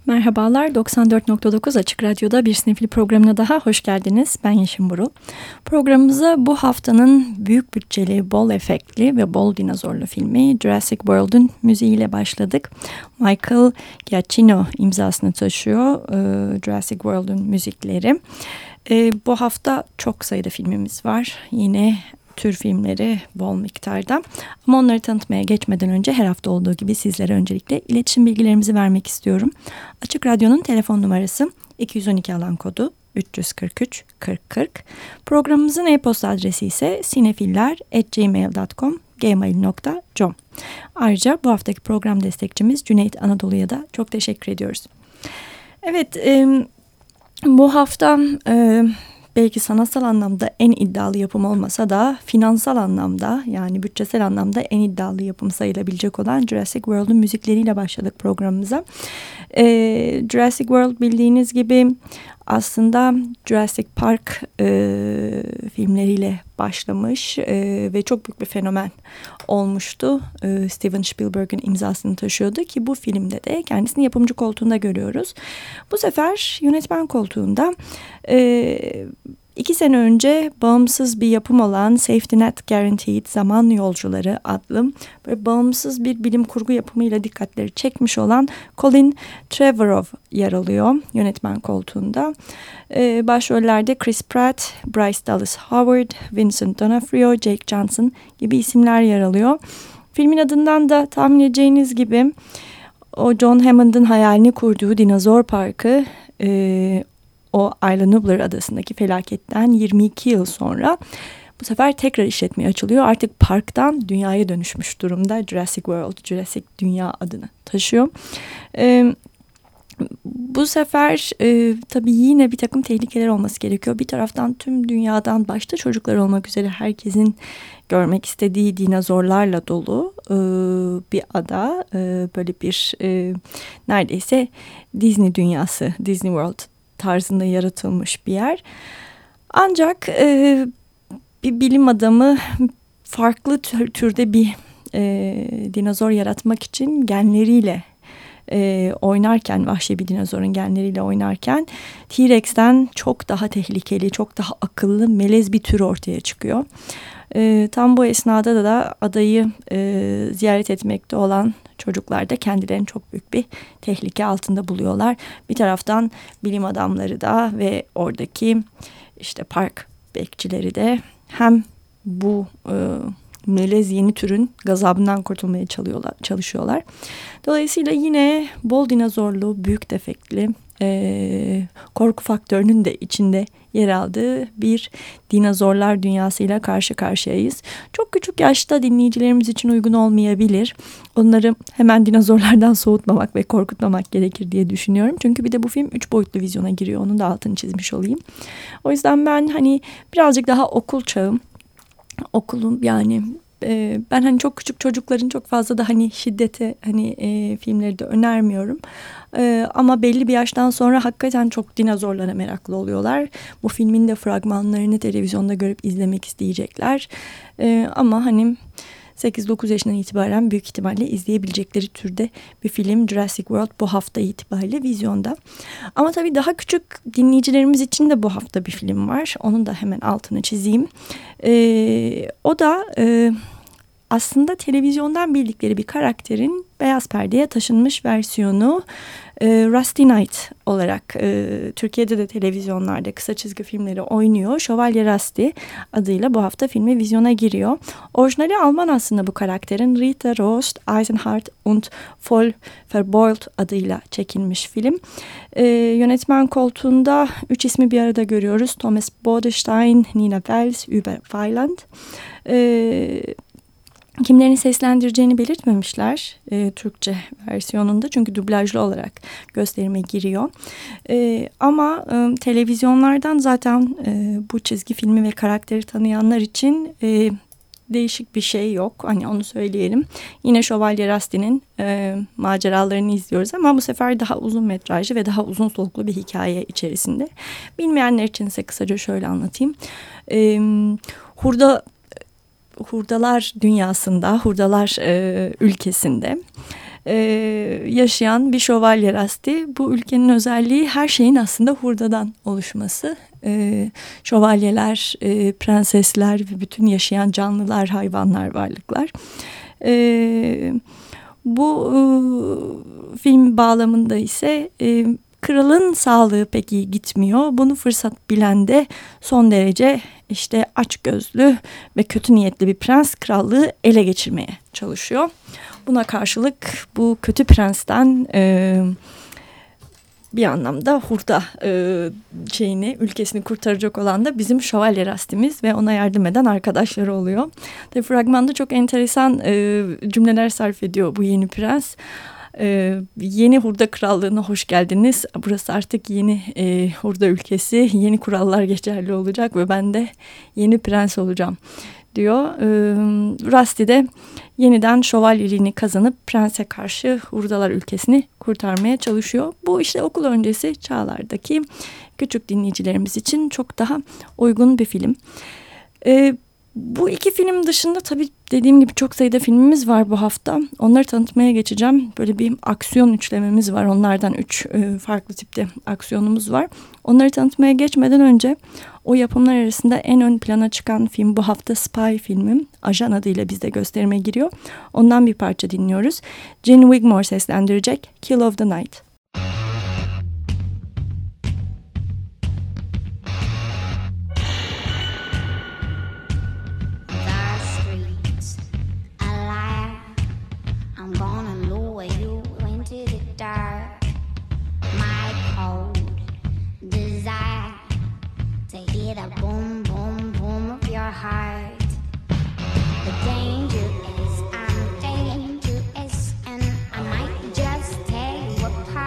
Merhabalar, 94.9 Açık Radyo'da bir sinefil programına daha hoş geldiniz. Ben Yeşim Burul. Programımıza bu haftanın büyük bütçeli, bol efektli ve bol dinozorlu filmi Jurassic World'un müziğiyle başladık. Michael Giacchino imzasını taşıyor Jurassic World'un müzikleri. Bu hafta çok sayıda filmimiz var. Yine tür filmleri bol miktarda. Ama onları tanıtmaya geçmeden önce her hafta olduğu gibi sizlere öncelikle iletişim bilgilerimizi vermek istiyorum. Açık Radyo'nun telefon numarası 212 alan kodu 343 40 40. Programımızın e-posta adresi ise sinefiller@gmail.com gmail.com. Ayrıca bu haftaki program destekçimiz Cüneyt Anadolu'ya da çok teşekkür ediyoruz. Evet, bu hafta belki sanatsal anlamda en iddialı yapım olmasa da finansal anlamda, yani bütçesel anlamda en iddialı yapım sayılabilecek olan Jurassic World'un müzikleriyle başladık programımıza. Jurassic World bildiğiniz gibi aslında Jurassic Park filmleriyle başlamış ve çok büyük bir fenomen olmuştu. Steven Spielberg'in imzasını taşıyordu ki bu filmde de kendisini yapımcı koltuğunda görüyoruz. Bu sefer yönetmen koltuğunda 2 sene önce bağımsız bir yapım olan Safety Net Guaranteed Zaman Yolcuları adlı böyle bağımsız bir bilim kurgu yapımıyla dikkatleri çekmiş olan Colin Trevorrow yer alıyor yönetmen koltuğunda. Başrollerde Chris Pratt, Bryce Dallas Howard, Vincent D'Onofrio, Jake Johnson gibi isimler yer alıyor. Filmin adından da tahmin edeceğiniz gibi o John Hammond'ın hayalini kurduğu dinozor parkı o Isla Nublar adasındaki felaketten 22 yıl sonra bu sefer tekrar işletmeye açılıyor. Artık parktan dünyaya dönüşmüş durumda. Jurassic World, Jurassic Dünya adını taşıyor. Bu sefer tabii yine bir takım tehlikeler olması gerekiyor. Bir taraftan tüm dünyadan başta çocuklar olmak üzere herkesin görmek istediği dinozorlarla dolu bir ada. Böyle bir neredeyse Disney dünyası, Disney World tarzında yaratılmış bir yer. Ancak bir bilim adamı farklı türde bir dinozor yaratmak için genleriyle oynarken, vahşi bir dinozorun genleriyle oynarken T-Rex'ten çok daha tehlikeli, çok daha akıllı, melez bir tür ortaya çıkıyor. Tam bu esnada da adayı ziyaret etmekte olan çocuklar da kendilerini çok büyük bir tehlike altında buluyorlar. Bir taraftan bilim adamları da ve oradaki işte park bekçileri de hem bu melez yeni türün gazabından kurtulmaya çalışıyorlar. Dolayısıyla yine bol dinozorlu, büyük defektli, korku faktörünün de içinde yer aldığı bir dinozorlar dünyasıyla karşı karşıyayız. Çok küçük yaşta dinleyicilerimiz için uygun olmayabilir. Onları hemen dinozorlardan soğutmamak ve korkutmamak gerekir diye düşünüyorum. Çünkü bir de bu film 3 boyutlu vizyona giriyor. Onun da altını çizmiş olayım. O yüzden ben birazcık daha okul çağım, okulum yani ben çok küçük çocukların çok fazla da şiddete filmleri de önermiyorum. Ama belli bir yaştan sonra hakikaten çok dinozorlara meraklı oluyorlar. Bu filmin de fragmanlarını televizyonda görüp izlemek isteyecekler. Ama 8-9 yaşından itibaren büyük ihtimalle izleyebilecekleri türde bir film Jurassic World bu hafta itibariyle vizyonda. Ama tabii daha küçük dinleyicilerimiz için de bu hafta bir film var. Onun da hemen altını çizeyim. O da aslında televizyondan bildikleri bir karakterin beyaz perdeye taşınmış versiyonu. Rusty Knight olarak Türkiye'de de televizyonlarda kısa çizgi filmleri oynuyor. Şövalye Rusty adıyla bu hafta filme vizyona giriyor. Orijinali Alman aslında bu karakterin Rita Rost, Eisenhardt und Voll Verbeult adıyla çekilmiş film. Yönetmen koltuğunda 3 ismi bir arada görüyoruz. Thomas Bodestein, Nina Wells, Uwe Weiland. Kimlerini seslendireceğini belirtmemişler Türkçe versiyonunda çünkü dublajlı olarak gösterime giriyor. Ama televizyonlardan zaten bu çizgi filmi ve karakteri tanıyanlar için değişik bir şey yok. Onu söyleyelim. Yine Şövalye Rusty'nin maceralarını izliyoruz ama bu sefer daha uzun metrajlı ve daha uzun soluklu bir hikaye içerisinde. Bilmeyenler için ise kısaca şöyle anlatayım. Hurdalar dünyasında, hurdalar ülkesinde yaşayan bir şövalye Rusty. Bu ülkenin özelliği her şeyin aslında hurdadan oluşması. Şövalyeler, prensesler ve bütün yaşayan canlılar, hayvanlar, varlıklar. Bu film bağlamında ise kralın sağlığı pek iyi gitmiyor. Bunu fırsat bilen de son derece işte açgözlü ve kötü niyetli bir prens krallığı ele geçirmeye çalışıyor. Buna karşılık bu kötü prensten bir anlamda hurda ülkesini kurtaracak olan da bizim şövalye Rusty'miz ve ona yardım eden arkadaşları oluyor. Tabii fragmanda çok enteresan cümleler sarf ediyor bu yeni prens. Yeni hurda krallığına hoş geldiniz. Burası artık yeni hurda ülkesi. Yeni kurallar geçerli olacak ve ben de yeni prens olacağım diyor. Rusty de yeniden şövalyeliğini kazanıp prense karşı hurdalar ülkesini kurtarmaya çalışıyor. Bu işte okul öncesi çağlardaki küçük dinleyicilerimiz için çok daha uygun bir film. Bu iki film dışında tabii dediğim gibi çok sayıda filmimiz var bu hafta. Onları tanıtmaya geçeceğim. Böyle bir aksiyon üçlememiz var. Onlardan 3 farklı tipte aksiyonumuz var. Onları tanıtmaya geçmeden önce o yapımlar arasında en ön plana çıkan film bu hafta Spy filmi. Ajan adıyla bizde gösterime giriyor. Ondan bir parça dinliyoruz. Gene Wigmore seslendirecek Kill of the Night. Get a boom, boom, boom of your heart. The danger is I'm dangerous, and I might just tear you apart.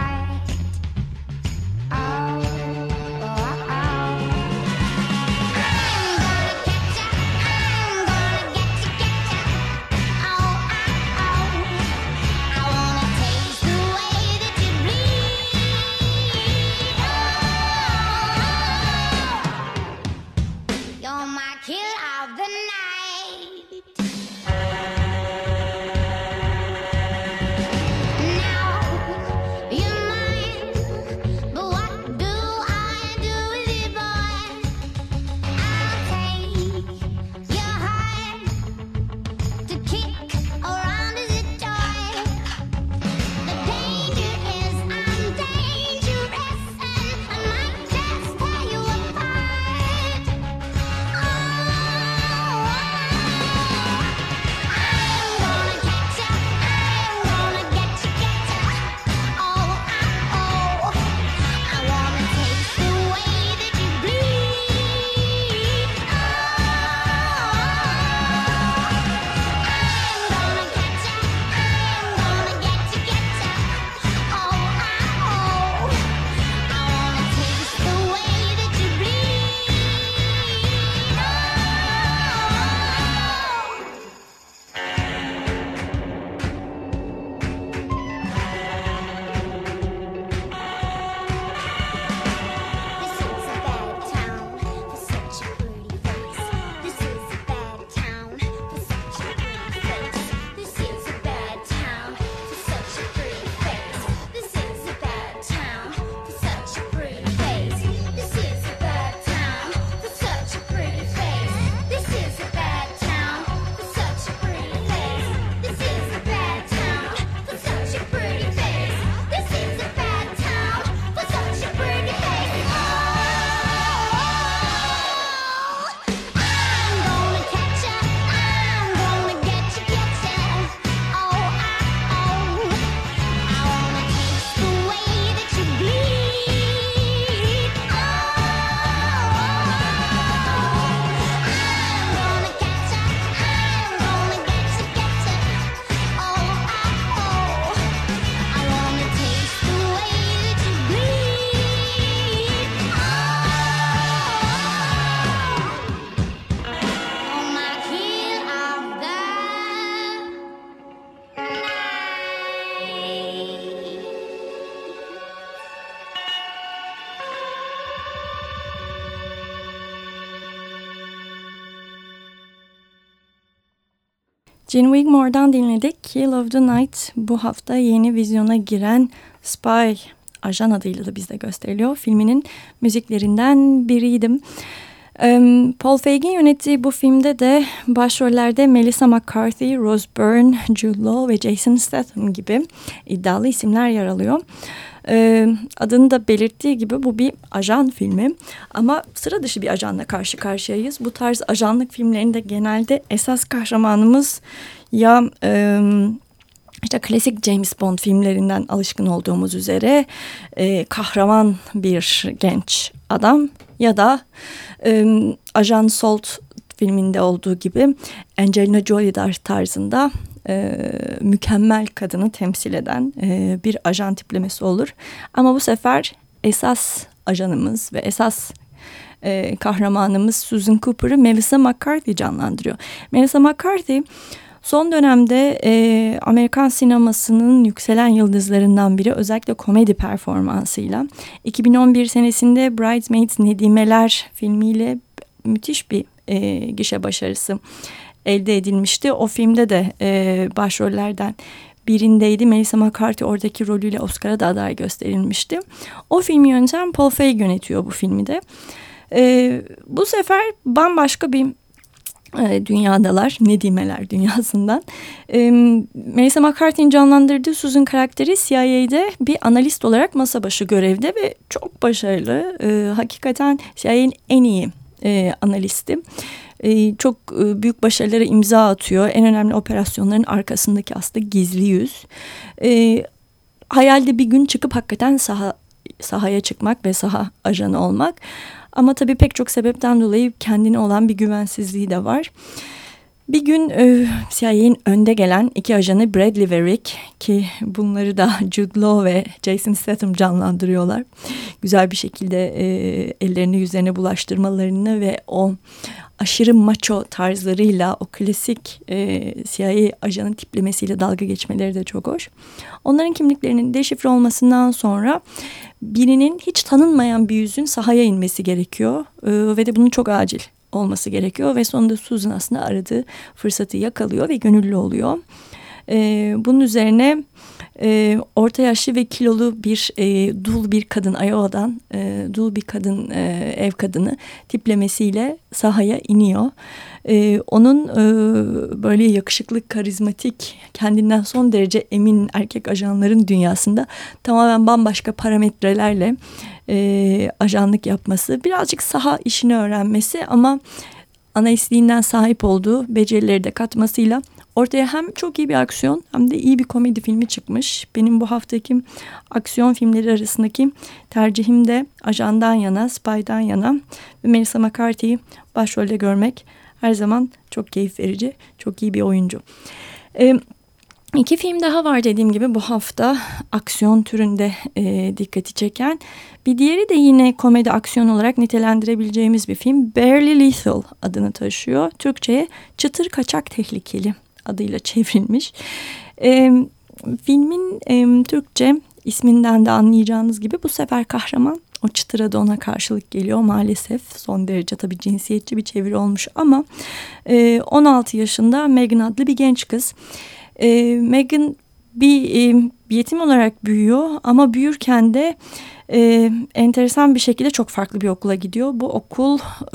Gene Wigmore'dan dinledik. Kill of the Night bu hafta yeni vizyona giren Spy, ajan adıyla da bizde gösteriliyor, filminin müziklerinden biriydim. Paul Feig'in yönettiği bu filmde de başrollerde Melissa McCarthy, Rose Byrne, Jude Law ve Jason Statham gibi iddialı isimler yer alıyor. Adını da belirttiği gibi bu bir ajan filmi ama sıra dışı bir ajanla karşı karşıyayız. Bu tarz ajanlık filmlerinde genelde esas kahramanımız ya işte klasik James Bond filmlerinden alışkın olduğumuz üzere kahraman bir genç adam ya da Ajan Salt filminde olduğu gibi Angelina Jolie tarzında mükemmel kadını temsil eden bir ajan tiplemesi olur. Ama bu sefer esas ajanımız ve esas kahramanımız Susan Cooper'ı Melissa McCarthy canlandırıyor. Melissa McCarthy son dönemde Amerikan sinemasının yükselen yıldızlarından biri, özellikle komedi performansıyla. 2011 senesinde Bridesmaids Nedimeler filmiyle müthiş bir gişe başarısı elde edilmişti. O filmde de başrollerden birindeydi. Melissa McCarthy oradaki rolüyle Oscar'a da aday gösterilmişti. O filmi yöneten Paul Feig yönetiyor bu filmi de. Bu sefer bambaşka bir dünyadalar, Nedimeler dünyasından. Melissa McCarthy'nin canlandırdığı Susan karakteri CIA'de bir analist olarak masa başı görevde ve çok başarılı. Hakikaten CIA'nin en iyi analisti. Çok büyük başarılara imza atıyor. En önemli operasyonların arkasındaki aslında gizli yüz. Hayalde bir gün çıkıp hakikaten sahaya çıkmak ve saha ajanı olmak. Ama tabii pek çok sebepten dolayı kendine olan bir güvensizliği de var. Bir gün CIA'nin önde gelen iki ajanı Bradley ve Rick, ki bunları da Jude Law ve Jason Statham canlandırıyorlar. Güzel bir şekilde ellerini yüzlerine bulaştırmalarını ve o aşırı macho tarzlarıyla, o klasik CIA ajanın tiplemesiyle dalga geçmeleri de çok hoş. Onların kimliklerinin deşifre olmasından sonra birinin hiç tanınmayan bir yüzün sahaya inmesi gerekiyor ve de bunun çok acil olması gerekiyor ve sonunda Susan aslında aradığı fırsatı yakalıyor ve gönüllü oluyor. Bunun üzerine orta yaşlı ve kilolu bir dul bir kadın, Iowa'dan dul bir kadın, ev kadını tiplemesiyle sahaya iniyor. Onun böyle yakışıklı, karizmatik, kendinden son derece emin erkek ajanların dünyasında tamamen bambaşka parametrelerle ajanlık yapması, birazcık saha işini öğrenmesi ama analistliğinden sahip olduğu becerileri de katmasıyla ortaya hem çok iyi bir aksiyon hem de iyi bir komedi filmi çıkmış. Benim bu haftaki aksiyon filmleri arasındaki tercihim de ajandan yana, spy'dan yana ve Melissa McCarthy'yi başrolde görmek her zaman çok keyif verici, çok iyi bir oyuncu. İki film daha var dediğim gibi bu hafta aksiyon türünde dikkati çeken. Bir diğeri de yine komedi aksiyon olarak nitelendirebileceğimiz bir film. Barely Lethal adını taşıyor. Türkçe'ye Çıtır Kaçak Tehlikeli adıyla çevrilmiş. Filmin Türkçe isminden de anlayacağınız gibi bu sefer kahraman o çıtıra da ona karşılık geliyor maalesef. Son derece tabii cinsiyetçi bir çeviri olmuş ama 16 yaşında Megan adlı bir genç kız. Megan bir yetim olarak büyüyor ama büyürken de enteresan bir şekilde çok farklı bir okula gidiyor. Bu okul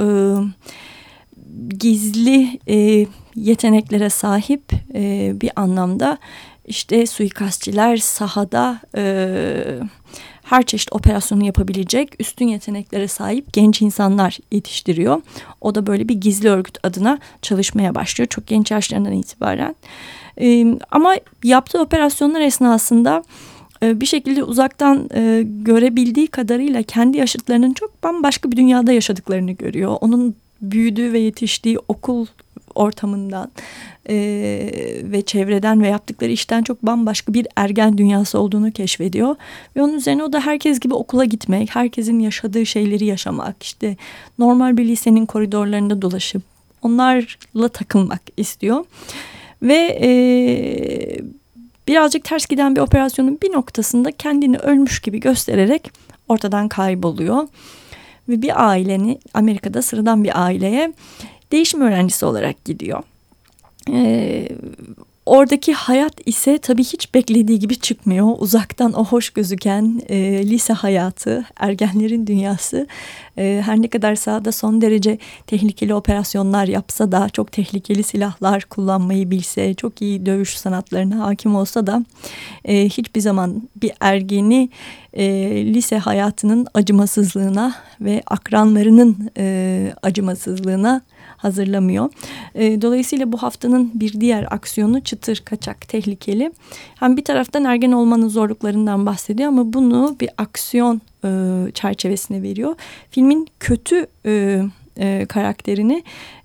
gizli yeteneklere sahip bir anlamda. İşte suikastçiler sahada her çeşit operasyonu yapabilecek üstün yeteneklere sahip genç insanlar yetiştiriyor. O da böyle bir gizli örgüt adına çalışmaya başlıyor çok genç yaşlarından itibaren. Ama yaptığı operasyonlar esnasında bir şekilde uzaktan görebildiği kadarıyla kendi yaşıtlarının çok bambaşka bir dünyada yaşadıklarını görüyor. Onun büyüdüğü ve yetiştiği okul ortamından ve çevreden ve yaptıkları işten çok bambaşka bir ergen dünyası olduğunu keşfediyor. Ve onun üzerine o da herkes gibi okula gitmek, herkesin yaşadığı şeyleri yaşamak, işte normal bir lisenin koridorlarında dolaşıp onlarla takılmak istiyor. Ve birazcık ters giden bir operasyonun bir noktasında kendini ölmüş gibi göstererek ortadan kayboluyor. Ve bir ailenin, Amerika'da sıradan bir aileye değişim öğrencisi olarak gidiyor. Oradaki hayat ise tabii hiç beklediği gibi çıkmıyor. Uzaktan o hoş gözüken lise hayatı, ergenlerin dünyası her ne kadar sahada son derece tehlikeli operasyonlar yapsa da, çok tehlikeli silahlar kullanmayı bilse, çok iyi dövüş sanatlarına hakim olsa da hiçbir zaman bir ergeni lise hayatının acımasızlığına ve akranlarının acımasızlığına hazırlamıyor. Dolayısıyla bu haftanın bir diğer aksiyonu çıtır, kaçak, tehlikeli. Hem bir taraftan ergen olmanın zorluklarından bahsediyor ama bunu bir aksiyon çerçevesine veriyor. Filmin kötü karakterini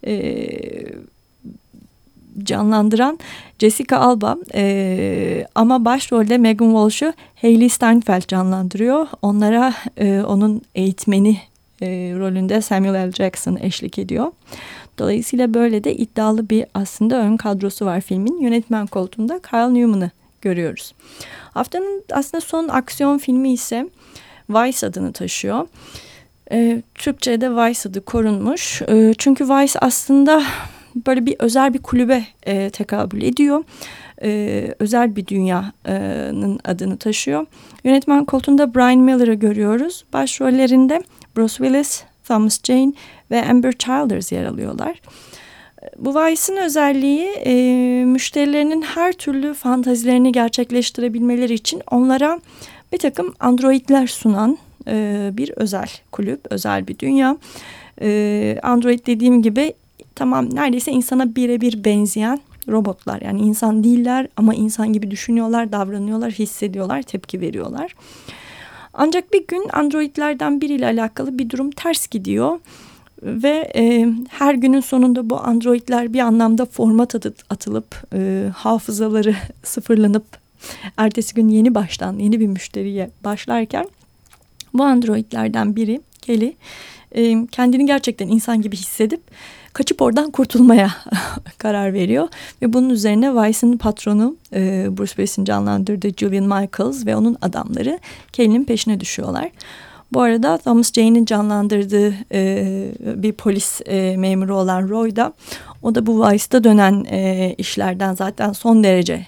canlandıran Jessica Alba ama başrolde Megan Walsh'u Hailee Steinfeld canlandırıyor. Onlara onun eğitmeni rolünde Samuel L. Jackson eşlik ediyor. Dolayısıyla böyle de iddialı bir aslında ön kadrosu var filmin. Yönetmen koltuğunda Kyle Newman'ı görüyoruz. Haftanın aslında son aksiyon filmi ise Vice adını taşıyor. Türkçe'de Vice adı korunmuş. Çünkü Vice aslında böyle bir özel bir kulübe tekabül ediyor. Özel bir dünyanın adını taşıyor. Yönetmen koltuğunda Brian Miller'ı görüyoruz. Başrollerinde Bruce Willis, Thomas Jane ve Amber Childers yer alıyorlar. Bu Vice'ın özelliği müşterilerinin her türlü fantazilerini gerçekleştirebilmeleri için onlara bir takım androidler sunan bir özel kulüp, özel bir dünya. Android dediğim gibi tamam neredeyse insana birebir benzeyen robotlar. Yani insan değiller ama insan gibi düşünüyorlar, davranıyorlar, hissediyorlar, tepki veriyorlar. Ancak bir gün androidlerden biriyle alakalı bir durum ters gidiyor ve her günün sonunda bu androidler bir anlamda format atılıp hafızaları sıfırlanıp ertesi gün yeni baştan yeni bir müşteriye başlarken bu androidlerden biri Kelly kendini gerçekten insan gibi hissedip kaçıp oradan kurtulmaya karar veriyor. Ve bunun üzerine Vice'ın patronu Bruce Willis'in canlandırdığı Julian Michaels ve onun adamları Kelly'nin peşine düşüyorlar. Bu arada Thomas Jane'in canlandırdığı bir polis memuru olan Roy da o da bu Vice'da dönen işlerden zaten son derece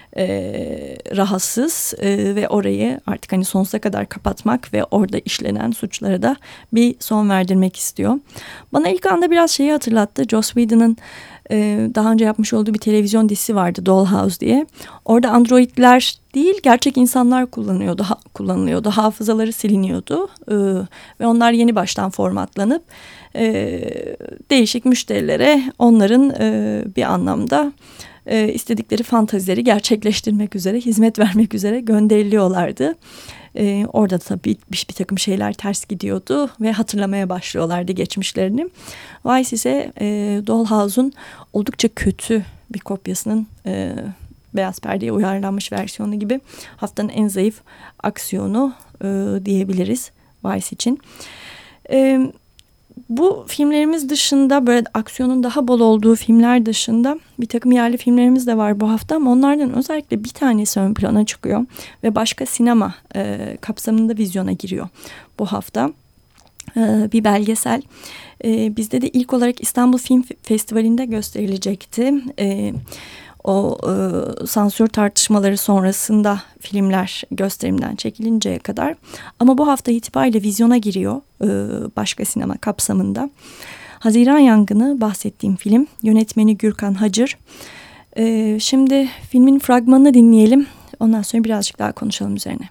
rahatsız ve orayı artık hani sonsuza kadar kapatmak ve orada işlenen suçlara da bir son verdirmek istiyor. Bana ilk anda biraz şeyi hatırlattı. Joss Whedon'ın daha önce yapmış olduğu bir televizyon dizisi vardı, Dollhouse diye. Orada androidler değil gerçek insanlar kullanılıyordu. Hafızaları siliniyordu ve onlar yeni baştan formatlanıp değişik müşterilere onların bir anlamda istedikleri fantazileri gerçekleştirmek üzere, hizmet vermek üzere gönderiliyorlardı. Orada tabii bir takım şeyler ters gidiyordu ve hatırlamaya başlıyorlardı geçmişlerini. Vice ise Dollhouse'un oldukça kötü bir kopyasının beyaz perdeye uyarlanmış versiyonu gibi haftanın en zayıf aksiyonu diyebiliriz Vice için. Bu filmlerimiz dışında böyle aksiyonun daha bol olduğu filmler dışında bir takım yerli filmlerimiz de var bu hafta ama onlardan özellikle bir tanesi ön plana çıkıyor ve başka sinema kapsamında vizyona giriyor bu hafta. Bir belgesel bizde de ilk olarak İstanbul Film Festivali'nde gösterilecekti. O sansür tartışmaları sonrasında filmler gösterimden çekilinceye kadar. Ama bu hafta itibariyle vizyona giriyor başka sinema kapsamında. Haziran Yangını bahsettiğim film. Yönetmeni Gürkan Hacır. Şimdi filmin fragmanını dinleyelim. Ondan sonra birazcık daha konuşalım üzerine.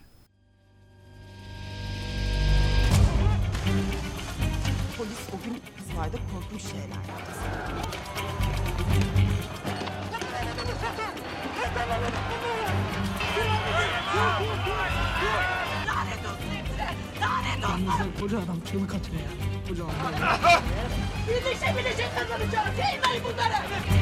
Polis o gün İsmail'de korkunç şeyler yaptı. Koca adam çığlık atıyor ya. Koca adam. Birleşe kazanacağız. Sevmeyin bunları.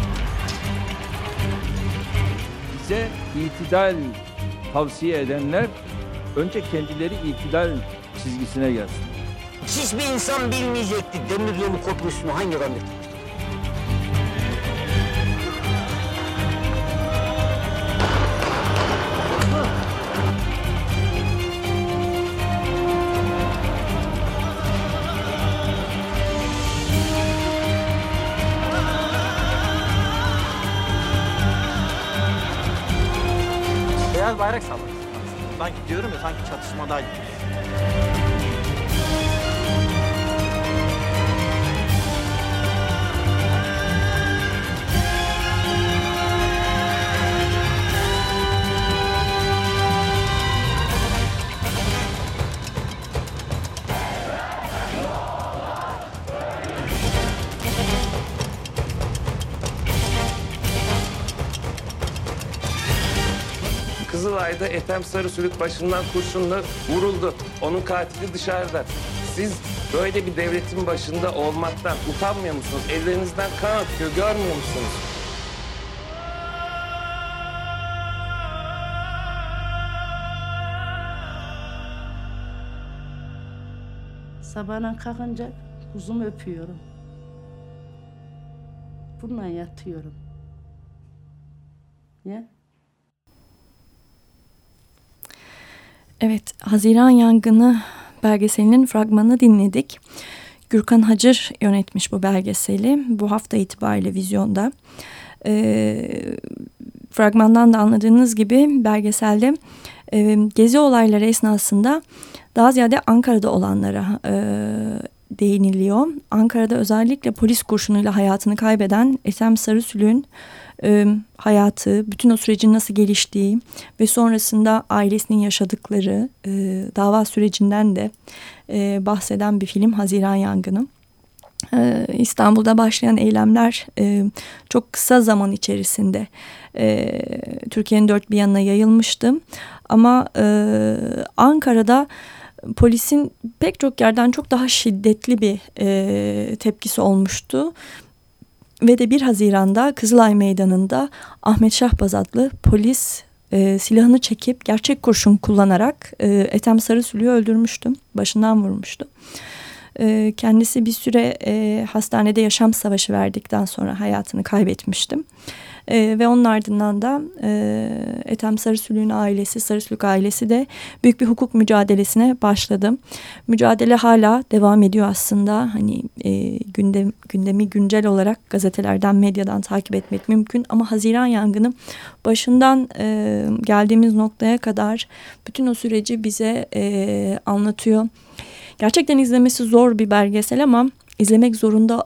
Bize itidal tavsiye edenler önce kendileri itidal çizgisine gelsin. Hiçbir insan bilmeyecekti demiryolu köprüsünü hangi randık? Bilerek salladım. Sanki diyorum ya, sanki çatışmadaydık. Kızılay'da Ethem Sarısülük başından kurşunla vuruldu. Onun katili dışarıda. Siz böyle bir devletin başında olmaktan utanmıyor musunuz? Ellerinizden kan akıyor, görmüyor musunuz? Sabahına kalkınca kuzumu öpüyorum. Bununla yatıyorum. Ya. Evet, Haziran Yangını belgeselinin fragmanını dinledik. Gürkan Hacır yönetmiş bu belgeseli. Bu hafta itibariyle vizyonda. Fragmandan da anladığınız gibi belgeselde gezi olayları esnasında daha ziyade Ankara'da olanlara değiniliyor. Ankara'da özellikle polis kurşunuyla hayatını kaybeden Ethem Sarısülük'ün hayatı, bütün o sürecin nasıl geliştiği ve sonrasında ailesinin yaşadıkları dava sürecinden de bahseden bir film Haziran Yangını. İstanbul'da başlayan eylemler çok kısa zaman içerisinde Türkiye'nin dört bir yanına yayılmıştı. Ama Ankara'da polisin pek çok yerden çok daha şiddetli bir tepkisi olmuştu. Ve de 1 Haziran'da Kızılay Meydanı'nda Ahmet Şahbaz adlı polis silahını çekip gerçek kurşun kullanarak Ethem Sarısülük'ü öldürmüştü. Başından vurmuştu. Kendisi bir süre hastanede yaşam savaşı verdikten sonra hayatını kaybetmiştim. Ve onun ardından da Ethem Sarısülük'ün ailesi, Sarısülük ailesi de büyük bir hukuk mücadelesine başladı. Mücadele hala devam ediyor aslında. Hani gündemi güncel olarak gazetelerden, medyadan takip etmek mümkün. Ama Haziran Yangını başından geldiğimiz noktaya kadar bütün o süreci bize anlatıyor. Gerçekten izlemesi zor bir belgesel ama izlemek zorunda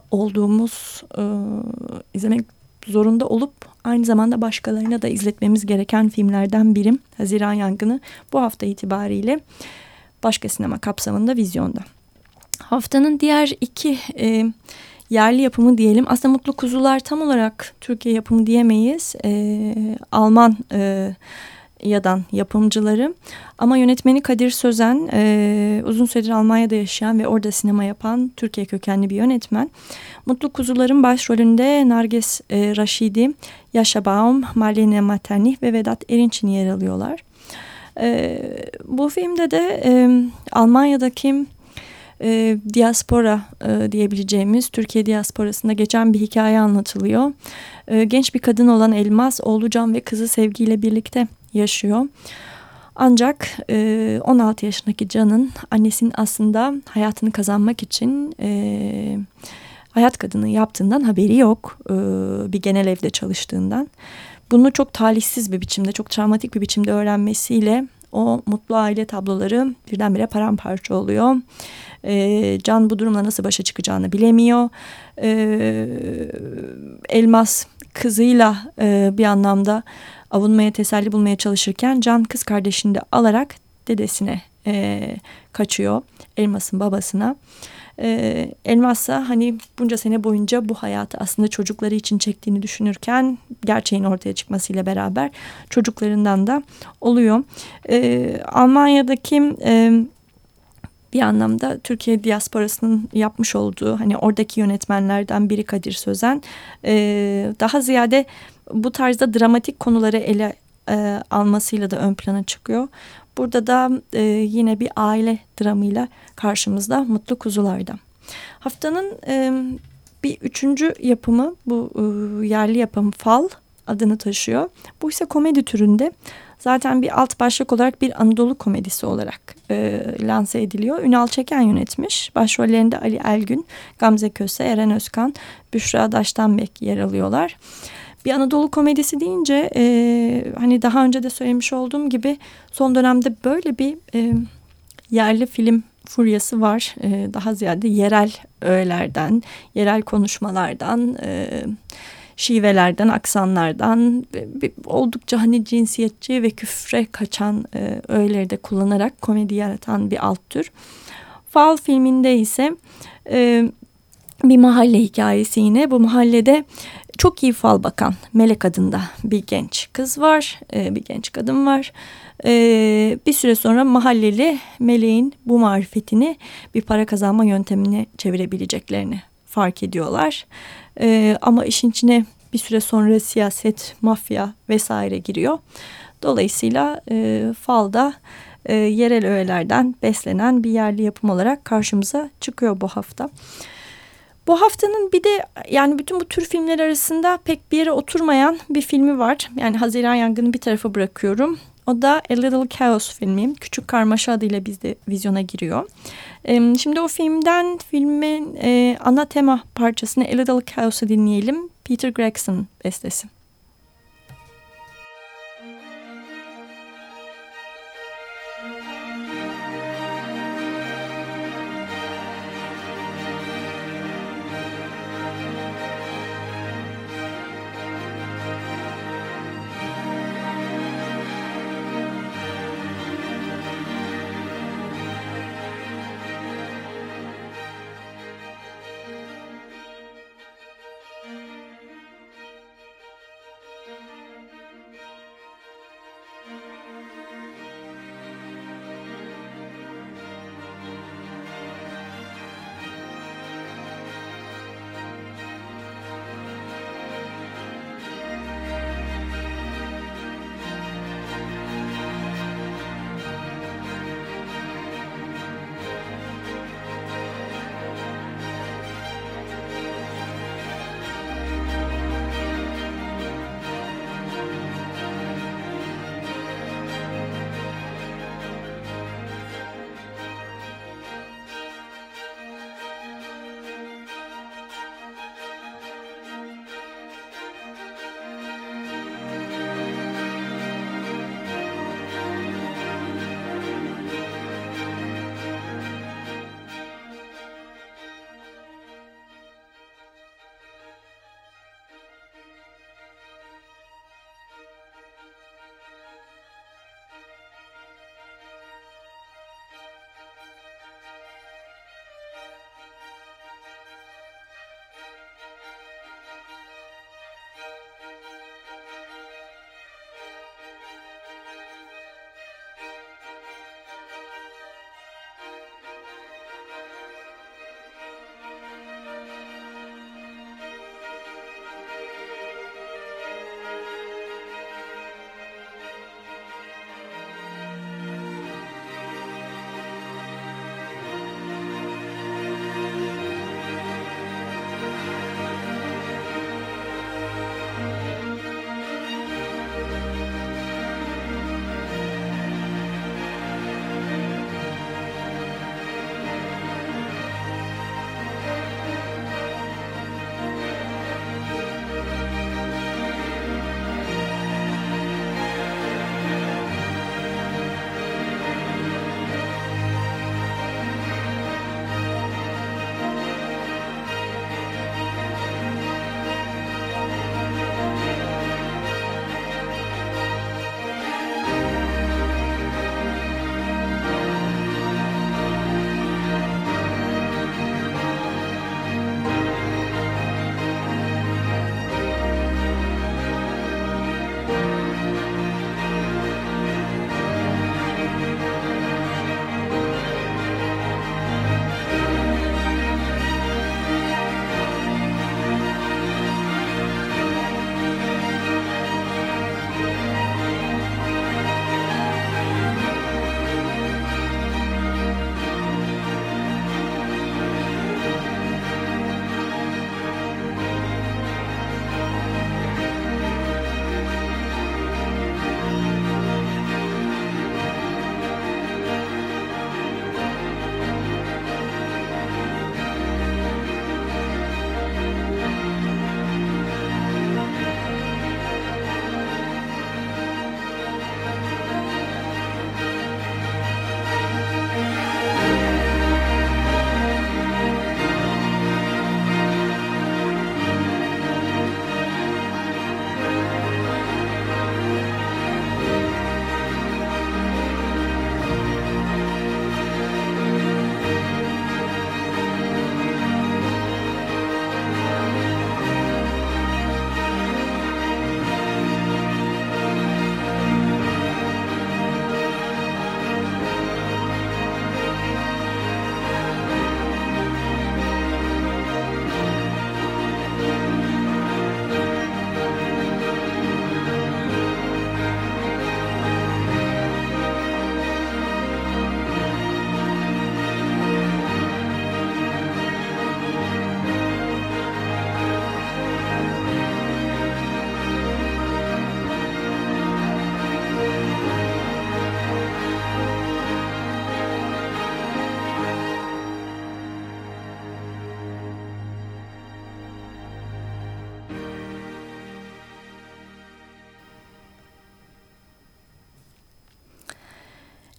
olup aynı zamanda başkalarına da izletmemiz gereken filmlerden biri. Haziran Yangını bu hafta itibariyle Başka Sinema kapsamında vizyonda. Haftanın diğer iki yerli yapımı diyelim. Aslında Mutlu Kuzular tam olarak Türkiye yapımı diyemeyiz. Alman yadan yapımcıları. Ama yönetmeni Kadir Sözen uzun süredir Almanya'da yaşayan ve orada sinema yapan Türkiye kökenli bir yönetmen. Mutlu Kuzular'ın başrolünde Narges Raşidi, Yaşa Baum, Marlene Maternih ve Vedat Erinçin yer alıyorlar. Bu filmde de Almanya'daki diaspora diyebileceğimiz Türkiye diasporasında geçen bir hikaye anlatılıyor. Genç bir kadın olan Elmas, oğlu Can ve kızı Sevgi ile birlikte yaşıyor. Ancak 16 yaşındaki Can'ın annesinin aslında hayatını kazanmak için hayat kadını yaptığından haberi yok. Bir genel evde çalıştığından. Bunu çok talihsiz bir biçimde, çok travmatik bir biçimde öğrenmesiyle o mutlu aile tabloları birdenbire paramparça oluyor. Can bu durumla nasıl başa çıkacağını bilemiyor. Elmas kızıyla bir anlamda avunmaya, teselli bulmaya çalışırken Can kız kardeşini de alarak dedesine kaçıyor. Elmas'ın babasına. Elmas'a hani bunca sene boyunca bu hayatı aslında çocukları için çektiğini düşünürken gerçeğin ortaya çıkmasıyla beraber çocuklarından da oluyor. Almanya'daki bir anlamda Türkiye diasporasının yapmış olduğu hani oradaki yönetmenlerden biri Kadir Sözen daha ziyade bu tarzda dramatik konuları ele almasıyla da ön plana çıkıyor. Burada da yine bir aile dramıyla karşımızda Mutlu Kuzular'da. Haftanın bir üçüncü yapımı bu yerli yapım Fal adını taşıyor. Bu ise komedi türünde. Zaten bir alt başlık olarak bir Anadolu komedisi olarak lanse ediliyor. Ünal Çeken yönetmiş. Başrollerinde Ali Elgün, Gamze Köse, Eren Özkan, Büşra Daştanbek yer alıyorlar. Bir Anadolu komedisi deyince hani daha önce de söylemiş olduğum gibi son dönemde böyle bir yerli film furyası var. Daha ziyade yerel öğelerden, yerel konuşmalardan, şivelerden, aksanlardan, oldukça hani cinsiyetçi ve küfre kaçan öğeleri de kullanarak komedi yaratan bir alt tür. Fal filminde ise bir mahalle hikayesi yine. Bu mahallede çok iyi fal bakan Melek adında bir genç kız var, bir genç kadın var. Bir süre sonra mahalleli Meleğin bu marifetini bir para kazanma yöntemine çevirebileceklerini fark ediyorlar. Ama işin içine bir süre sonra siyaset, mafya vesaire giriyor. Dolayısıyla falda yerel öğelerden beslenen bir yerli yapım olarak karşımıza çıkıyor bu hafta. Bu haftanın bir de yani bütün bu tür filmler arasında pek bir yere oturmayan bir filmi var. Yani Haziran Yangını bir tarafa bırakıyorum. O da A Little Chaos filmi. Küçük Karmaşa adıyla bizde vizyona giriyor. Şimdi o filmin ana tema parçasını A Little Chaos'u dinleyelim. Peter Gregson bestesi.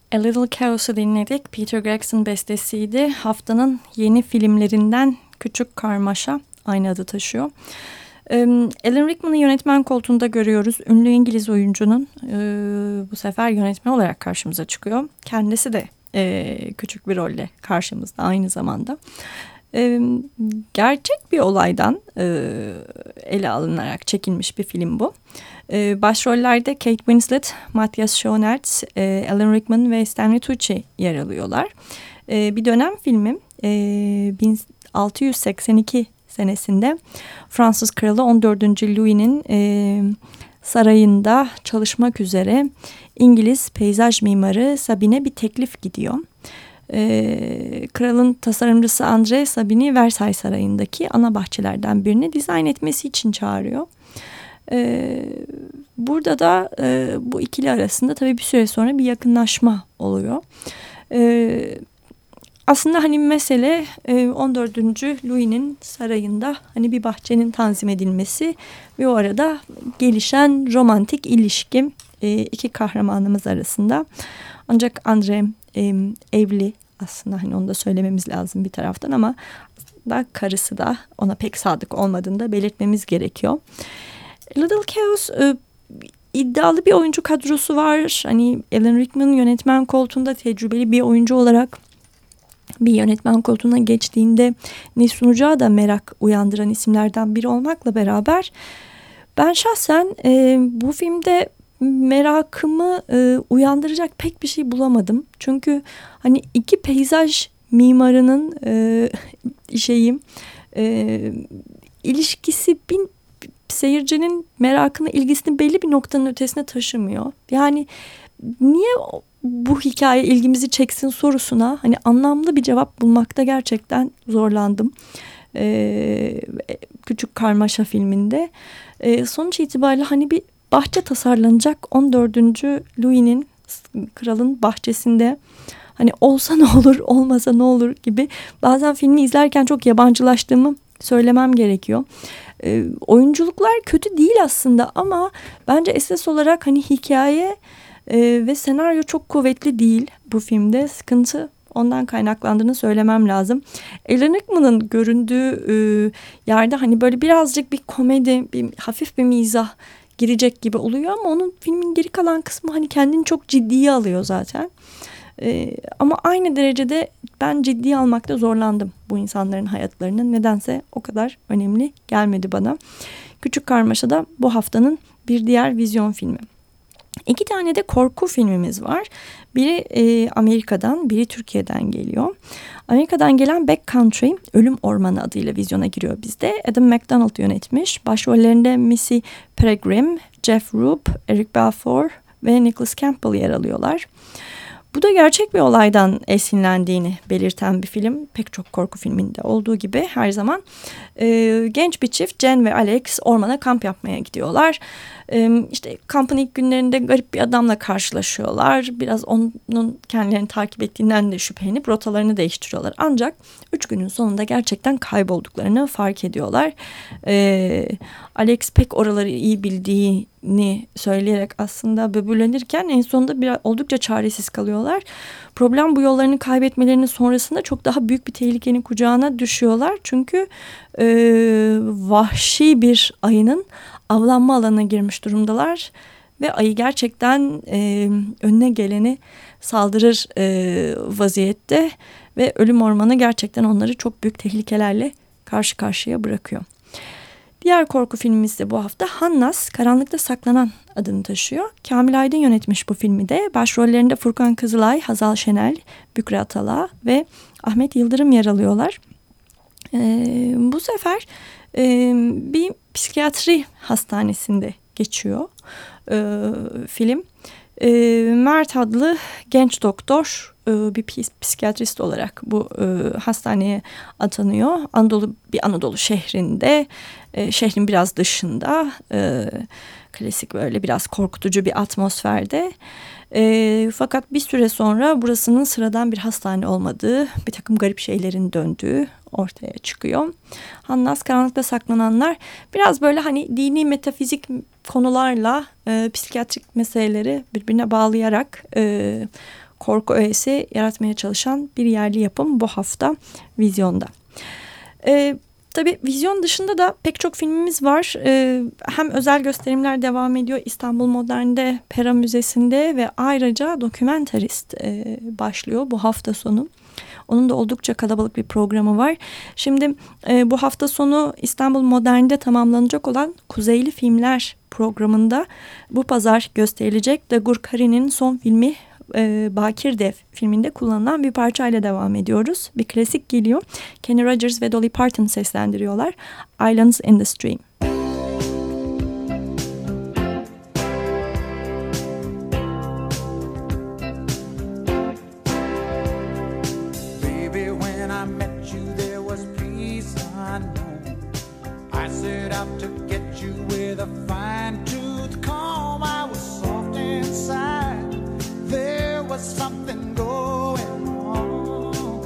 A Little Chaos'u dinledik. Peter Gregson bestesiydi. Haftanın yeni filmlerinden Küçük Karmaşa, aynı adı taşıyor. Alan Rickman'ı yönetmen koltuğunda görüyoruz. Ünlü İngiliz oyuncunun bu sefer yönetmen olarak karşımıza çıkıyor. Kendisi de küçük bir rolle karşımızda aynı zamanda. Gerçek bir olaydan ele alınarak çekilmiş bir film bu. Başrollerde Kate Winslet, Matthias Schoenaerts, Alan Rickman ve Stanley Tucci yer alıyorlar. Bir dönem filmi 1682 senesinde Fransız Kralı 14. Louis'nin sarayında çalışmak üzere İngiliz peyzaj mimarı Sabine bir teklif gidiyor. Kralın tasarımcısı André Sabin'i Versailles Sarayı'ndaki ana bahçelerden birini dizayn etmesi için çağırıyor. Burada da bu ikili arasında tabii bir süre sonra bir yakınlaşma oluyor. Aslında hani mesele 14. Louis'nin sarayında hani bir bahçenin tanzim edilmesi ve o arada gelişen romantik ilişki iki kahramanımız arasında. Ancak André evli aslında, hani onu da söylememiz lazım bir taraftan, ama da karısı da ona pek sadık olmadığını da belirtmemiz gerekiyor. Little Chaos iddialı bir oyuncu kadrosu var. Hani Alan Rickman yönetmen koltuğunda tecrübeli bir oyuncu olarak bir yönetmen koltuğuna geçtiğinde ne sunacağı da merak uyandıran isimlerden biri olmakla beraber ben şahsen bu filmde merakımı uyandıracak pek bir şey bulamadım. Çünkü hani iki peyzaj mimarının ilişkisi bir seyircinin merakını, ilgisini belli bir noktanın ötesine taşımıyor. Yani niye bu hikaye ilgimizi çeksin sorusuna hani anlamlı bir cevap bulmakta gerçekten zorlandım. Küçük Karmaşa filminde. Sonuç itibariyle hani bir bahçe tasarlanacak 14. Louis'nin, kralın bahçesinde. Hani olsa ne olur, olmasa ne olur gibi. Bazen filmi izlerken çok yabancılaştığımı söylemem gerekiyor. Oyunculuklar kötü değil aslında ama bence esas olarak hani hikaye ve senaryo çok kuvvetli değil bu filmde. Sıkıntı ondan kaynaklandığını söylemem lazım. Alan Rickman'ın göründüğü yerde hani böyle birazcık bir komedi, hafif bir mizah girecek gibi oluyor ama onun filmin geri kalan kısmı hani kendini çok ciddiye alıyor zaten. Ama aynı derecede ben ciddiye almakta zorlandım bu insanların hayatlarını. Nedense o kadar önemli gelmedi bana. Küçük Karmaşa da bu haftanın bir diğer vizyon filmi. 2 tane de korku filmimiz var. Biri Amerika'dan, biri Türkiye'den geliyor. Amerika'dan gelen Backcountry, Ölüm Ormanı adıyla vizyona giriyor bizde. Adam McDonald yönetmiş. Başrollerinde Missy Peregrine, Jeff Roop, Eric Balfour ve Nicholas Campbell yer alıyorlar. Bu da gerçek bir olaydan esinlendiğini belirten bir film. Pek çok korku filminde olduğu gibi her zaman. Genç bir çift Jen ve Alex ormana kamp yapmaya gidiyorlar. İşte kampın ilk günlerinde garip bir adamla karşılaşıyorlar. Biraz onun kendilerini takip ettiğinden de şüphelenip rotalarını değiştiriyorlar. Ancak 3 günün sonunda gerçekten kaybolduklarını fark ediyorlar. Alex pek oraları iyi bildiğini söyleyerek aslında böbürlenirken en sonunda biraz oldukça çaresiz kalıyorlar. Problem bu, yollarını kaybetmelerinin sonrasında çok daha büyük bir tehlikenin kucağına düşüyorlar. Çünkü vahşi bir ayının avlanma alanına girmiş durumdalar. Ve ayı gerçekten önüne geleni saldırır vaziyette. Ve ölüm ormanı gerçekten onları çok büyük tehlikelerle karşı karşıya bırakıyor. Diğer korku filmimiz de bu hafta Hannas, Karanlıkta Saklanan adını taşıyor. Kamil Aydın yönetmiş bu filmi de. Başrollerinde Furkan Kızılay, Hazal Şenel, Bükra Atala ve Ahmet Yıldırım yer alıyorlar. Bu sefer bir psikiyatri hastanesinde geçiyor film. Mert adlı genç doktor bir psikiyatrist olarak bu hastaneye atanıyor. Bir Anadolu şehrinde, şehrin biraz dışında, klasik böyle biraz korkutucu bir atmosferde. Fakat bir süre sonra burasının sıradan bir hastane olmadığı, bir takım garip şeylerin döndüğü ortaya çıkıyor. Hannas, Karanlıkta Saklananlar biraz böyle hani dini metafizik konularla psikiyatrik meseleleri birbirine bağlayarak korku öğesi yaratmaya çalışan bir yerli yapım bu hafta vizyonda. Tabii vizyon dışında da pek çok filmimiz var. Hem özel gösterimler devam ediyor İstanbul Modern'de, Pera Müzesi'nde ve ayrıca Dokumentarist başlıyor bu hafta sonu. Onun da oldukça kalabalık bir programı var. Şimdi bu hafta sonu İstanbul Modern'de tamamlanacak olan Kuzeyli Filmler programında bu pazar gösterilecek Dagur Kari'nin son filmi Bakir Dev filminde kullanılan bir parçayla devam ediyoruz. Bir klasik geliyor. Kenny Rogers ve Dolly Parton seslendiriyorlar. Islands in the Stream. Baby, when I met you there was peace unknown. I set out to get you with a fine-tooth comb. I was soft inside. There was something going on.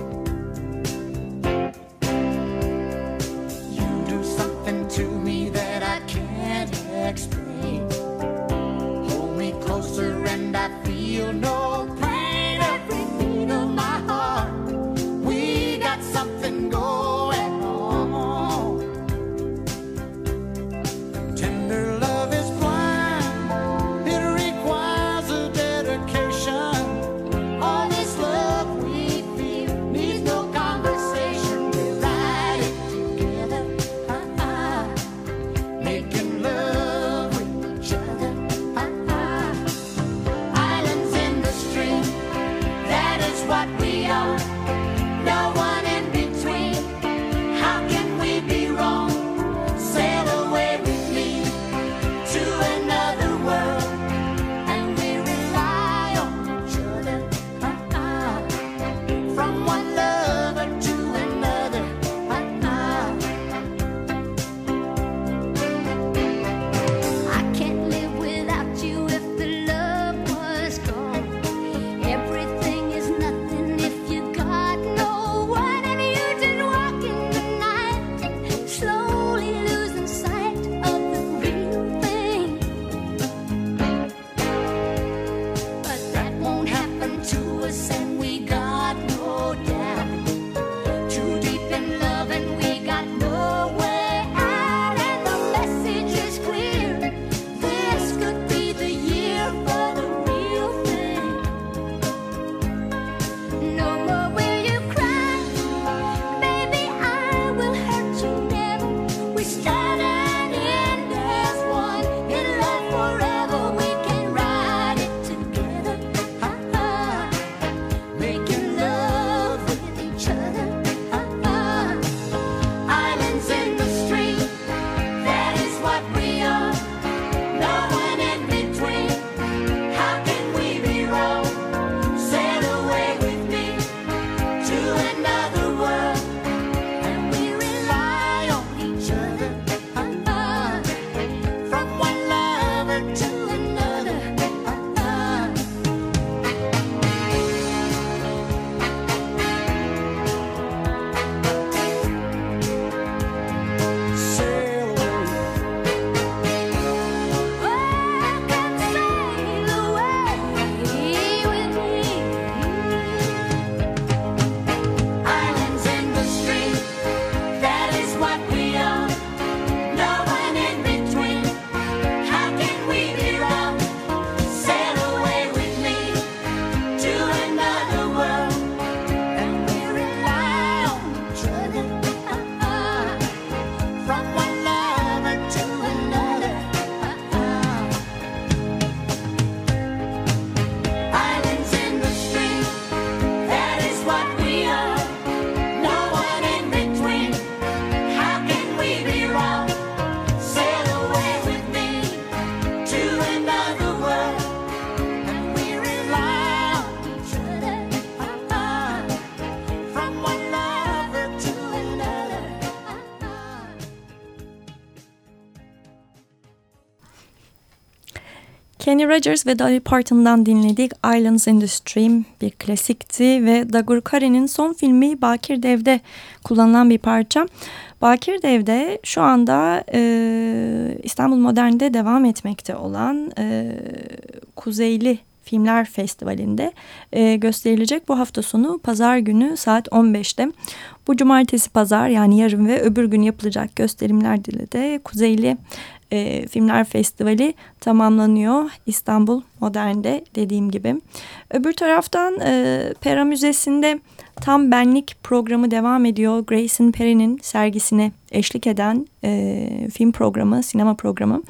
You do something to me that I can't explain. Hold me closer and I feel no pain. Every beat of my heart, we got something going on. Tender love is blind. It requires a dedication. All this love we feel needs no conversation. We ride it together, making love with each other. Islands in the stream, that is what we are. No one in between. How can we be wrong? Sail away with me to another world, and we rely on each other. From one lover to another. I can't live without you if the love was gone. Everything is nothing if you got no one, and you just walk in the night, slowly losing sight of the real thing. But that won't happen to us, and we got no doubt. Too deep in love, and we got no way out, and the message is clear. This could be the year for the real thing. No more will you cry, baby, I will hurt you never. We start and end as one, in love forever. We can ride it together, making love with each other. Islands in the stream, that is what we are. No one in between. How can we be wrong? Sail away with me to another world, and we rely on each other. From one lover to another. Sail away. Oh, come sail away with me. Islands in the stream, that is what we are. No one in between. How can we be wrong? Sail away with me to another world, and we rely on each other. From one lover to another. Islands in the stream, that is what we are. No one in between. How can we be wrong? Sail away with me to another world, and we rely on each other. From one lover to another. Kenny Rogers ve Dolly Parton'dan dinledik. Islands in the Stream bir klasikti ve Dagur Kari'nin son filmi Bakir Dev'de kullanılan bir parça. Bakir Dev'de şu anda İstanbul Modern'de devam etmekte olan Kuzeyli Filmler Festivali'nde gösterilecek. Bu hafta sonu pazar günü saat 15'te. Bu cumartesi pazar yani yarın ve öbür gün yapılacak gösterimlerle de Kuzeyli Filmler Festivali tamamlanıyor İstanbul Modern'de dediğim gibi. Öbür taraftan Pera Müzesi'nde Tam Benlik programı devam ediyor. Grayson Perry'nin sergisine eşlik eden film programı, sinema programı.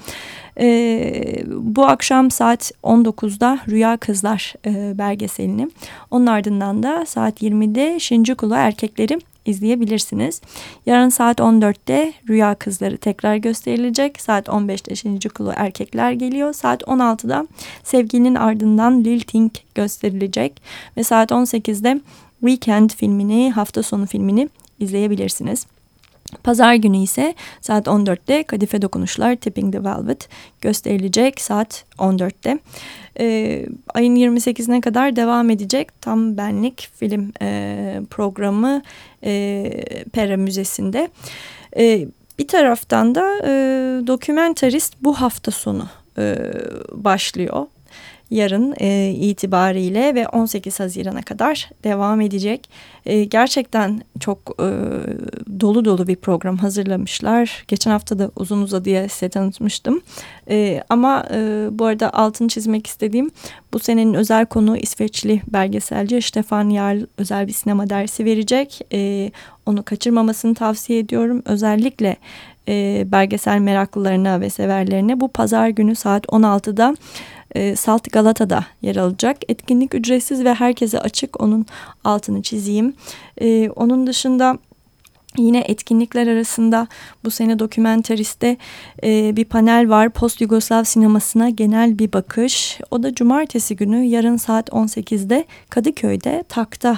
Bu akşam saat 19'da Rüya Kızlar belgeselini. Onun ardından da saat 20'de Shinjuku'lu erkekleri izleyebilirsiniz. Yarın saat 14'te Rüya Kızları tekrar gösterilecek. Saat 15'te Shinjuku'lu erkekler geliyor. Saat 16'da Sevginin Ardından Lil Ting gösterilecek. Ve saat 18'de Weekend filmini, hafta sonu filmini izleyebilirsiniz. Pazar günü ise saat 14'te Kadife Dokunuşlar Tipping the Velvet gösterilecek saat 14'te. Ayın 28'ine kadar devam edecek Tam Benlik film programı Pera Müzesi'nde. Bir taraftan da Dokumentarist bu hafta sonu başlıyor. Yarın itibariyle ve 18 Haziran'a kadar devam edecek. Gerçekten çok dolu dolu bir program hazırlamışlar. Geçen hafta da uzun uzadıya size tanıtmıştım. Ama bu arada altını çizmek istediğim bu senenin özel konuğu İsveçli belgeselci Stefan Jarl özel bir sinema dersi verecek. Onu kaçırmamasını tavsiye ediyorum. Özellikle belgesel meraklılarına ve severlerine bu pazar günü saat 16'da Salt Galata'da yer alacak. Etkinlik ücretsiz ve herkese açık. Onun altını çizeyim. Onun dışında yine etkinlikler arasında bu sene Dokumentarist'te bir panel var. Post-Yugoslav sinemasına genel bir bakış. O da cumartesi günü yarın saat 18'de Kadıköy'de TAK'ta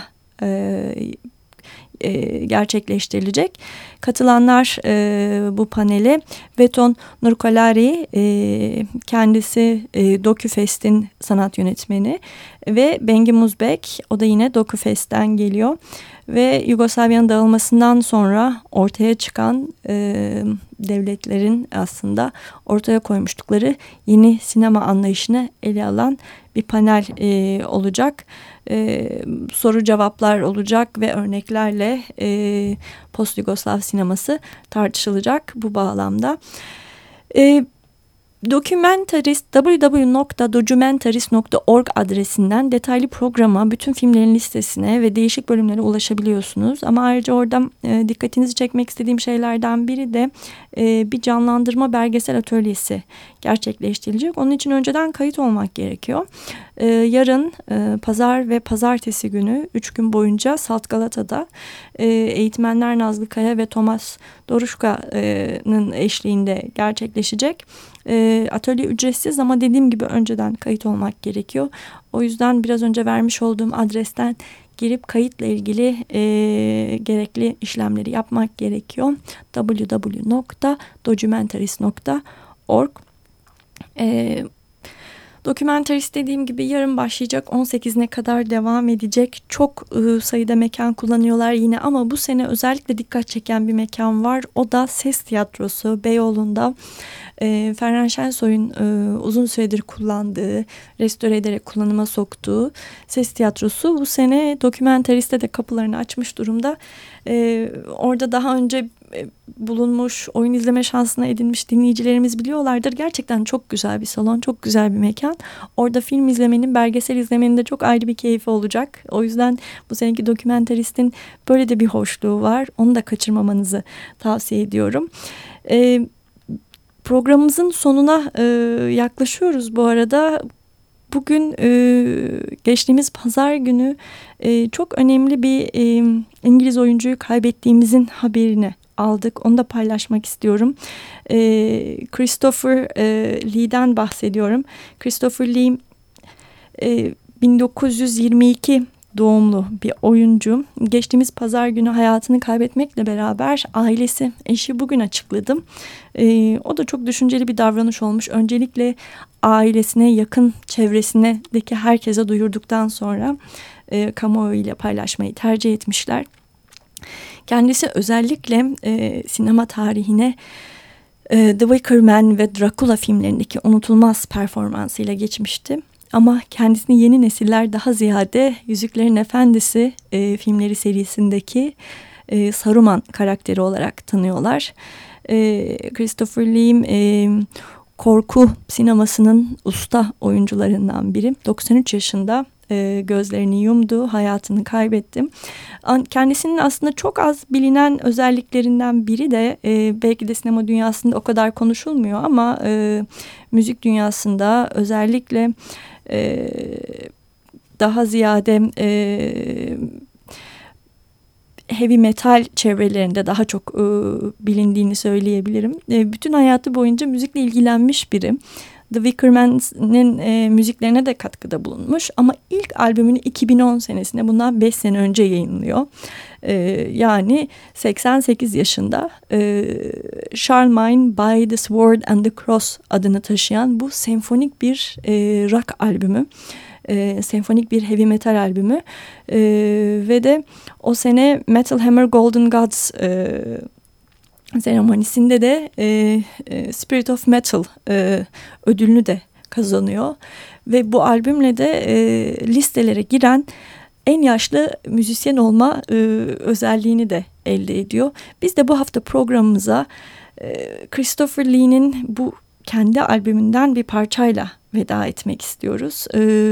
gerçekleştirilecek. Katılanlar bu panele Veton Nurkalari, kendisi Dokufest'in sanat yönetmeni ve Bengi Muzbek, o da yine Dokufest'ten geliyor ve Yugoslavya'nın dağılmasından sonra ortaya çıkan devletlerin aslında ortaya koymuştukları yeni sinema anlayışını ele alan bir panel olacak. Soru cevaplar olacak ve örneklerle post-Yugoslav sineması tartışılacak bu bağlamda. Dokumentarist www.documentarist.org adresinden detaylı programa, bütün filmlerin listesine ve değişik bölümlere ulaşabiliyorsunuz. Ama ayrıca orada dikkatinizi çekmek istediğim şeylerden biri de bir canlandırma belgesel atölyesi gerçekleştirilecek. Onun için önceden kayıt olmak gerekiyor. Yarın pazar ve pazartesi günü 3 gün boyunca Salt Galata'da eğitmenler Nazlı Kaya ve Thomas Doruşka'nın eşliğinde gerçekleşecek. Atölye ücretsiz ama dediğim gibi önceden kayıt olmak gerekiyor. O yüzden biraz önce vermiş olduğum adresten girip kayıtla ilgili gerekli işlemleri yapmak gerekiyor. www.documentarist.org Dokumentarist dediğim gibi yarın başlayacak, 18'ine kadar devam edecek. Çok sayıda mekan kullanıyorlar yine ama bu sene özellikle dikkat çeken bir mekan var. O da Ses Tiyatrosu Beyoğlu'nda. Ferhan Şensoy'un uzun süredir kullandığı, restore ederek kullanıma soktuğu Ses Tiyatrosu bu sene Dokumentarist'te de kapılarını açmış durumda. Orada daha önce bulunmuş, oyun izleme şansına edinmiş dinleyicilerimiz biliyorlardır. Gerçekten çok güzel bir salon, çok güzel bir mekan. Orada film izlemenin, belgesel izlemenin de çok ayrı bir keyfi olacak. O yüzden bu seneki Dokumentarist'in böyle de bir hoşluğu var. Onu da kaçırmamanızı tavsiye ediyorum. Programımızın sonuna yaklaşıyoruz bu arada. Bugün geçtiğimiz pazar günü çok önemli bir İngiliz oyuncuyu kaybettiğimizin haberini aldık. Onu da paylaşmak istiyorum. Christopher Lee'den bahsediyorum. Christopher Lee 1922 doğumlu bir oyuncu. Geçtiğimiz pazar günü hayatını kaybetmekle beraber ailesi, eşi bugün açıkladı. O da çok düşünceli bir davranış olmuş. Öncelikle ailesine, yakın çevresindeki herkese duyurduktan sonra kamuoyu ile paylaşmayı tercih etmişler. Kendisi özellikle sinema tarihine The Wicker Man ve Dracula filmlerindeki unutulmaz performansıyla geçmişti. Ama kendisini yeni nesiller daha ziyade Yüzüklerin Efendisi filmleri serisindeki Saruman karakteri olarak tanıyorlar. Christopher Lee korku sinemasının usta oyuncularından biri. 93 yaşında gözlerini yumdu, hayatını kaybetti. Kendisinin aslında çok az bilinen özelliklerinden biri de belki de sinema dünyasında o kadar konuşulmuyor ama müzik dünyasında özellikle daha ziyade heavy metal çevrelerinde daha çok bilindiğini söyleyebilirim. Bütün hayatı boyunca müzikle ilgilenmiş biri. The Wicker Man'in müziklerine de katkıda bulunmuş ama ilk albümünü 2010 senesinde, bundan 5 sene önce yayınlıyor. Yani 88 yaşında Charlemagne by the Sword and the Cross adını taşıyan bu senfonik bir rock albümü. Senfonik bir heavy metal albümü ve de o sene Metal Hammer Golden Gods seremonisinde de Spirit of Metal ödülünü de kazanıyor ve bu albümle de listelere giren en yaşlı müzisyen olma özelliğini de elde ediyor. Biz de bu hafta programımıza Christopher Lee'nin bu kendi albümünden bir parçayla veda etmek istiyoruz.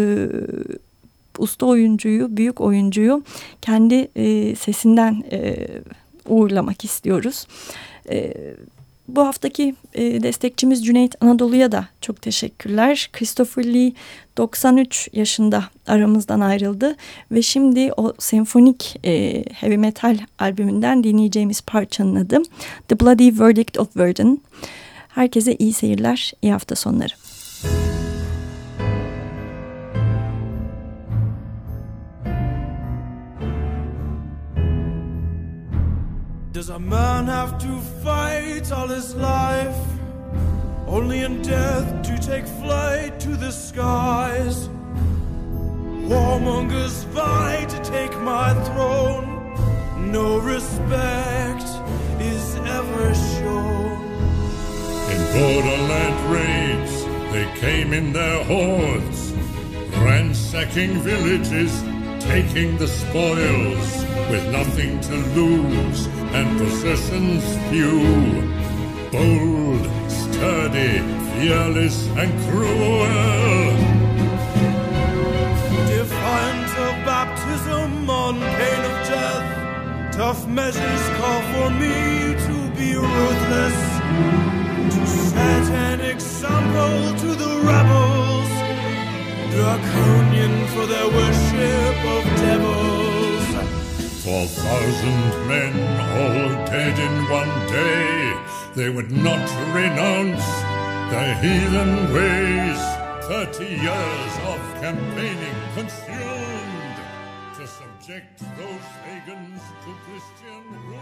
Usta oyuncuyu, büyük oyuncuyu kendi sesinden uğurlamak istiyoruz. Bu haftaki destekçimiz Cüneyt Anadolu'ya da çok teşekkürler. Christopher Lee 93 yaşında aramızdan ayrıldı ve şimdi o senfonik heavy metal albümünden dinleyeceğimiz parçanın adı The Bloody Verdict of Verdun. Herkese iyi seyirler, iyi hafta sonları. Does a man have to fight all his life, only in death to take flight to the skies? Warmongers vie to take my throne, no respect is ever shown. In borderland raids, they came in their hordes, ransacking villages, taking the spoils, with nothing to lose and possessions few. Bold, sturdy, fearless and cruel, defiant of baptism on pain of death, tough measures call for me to be ruthless, to set an example to the rebels, draconian for their worship of devils. 4,000 men all dead in one day, they would not renounce their heathen ways. 30 years of campaigning consumed to subject those pagans to Christian rule.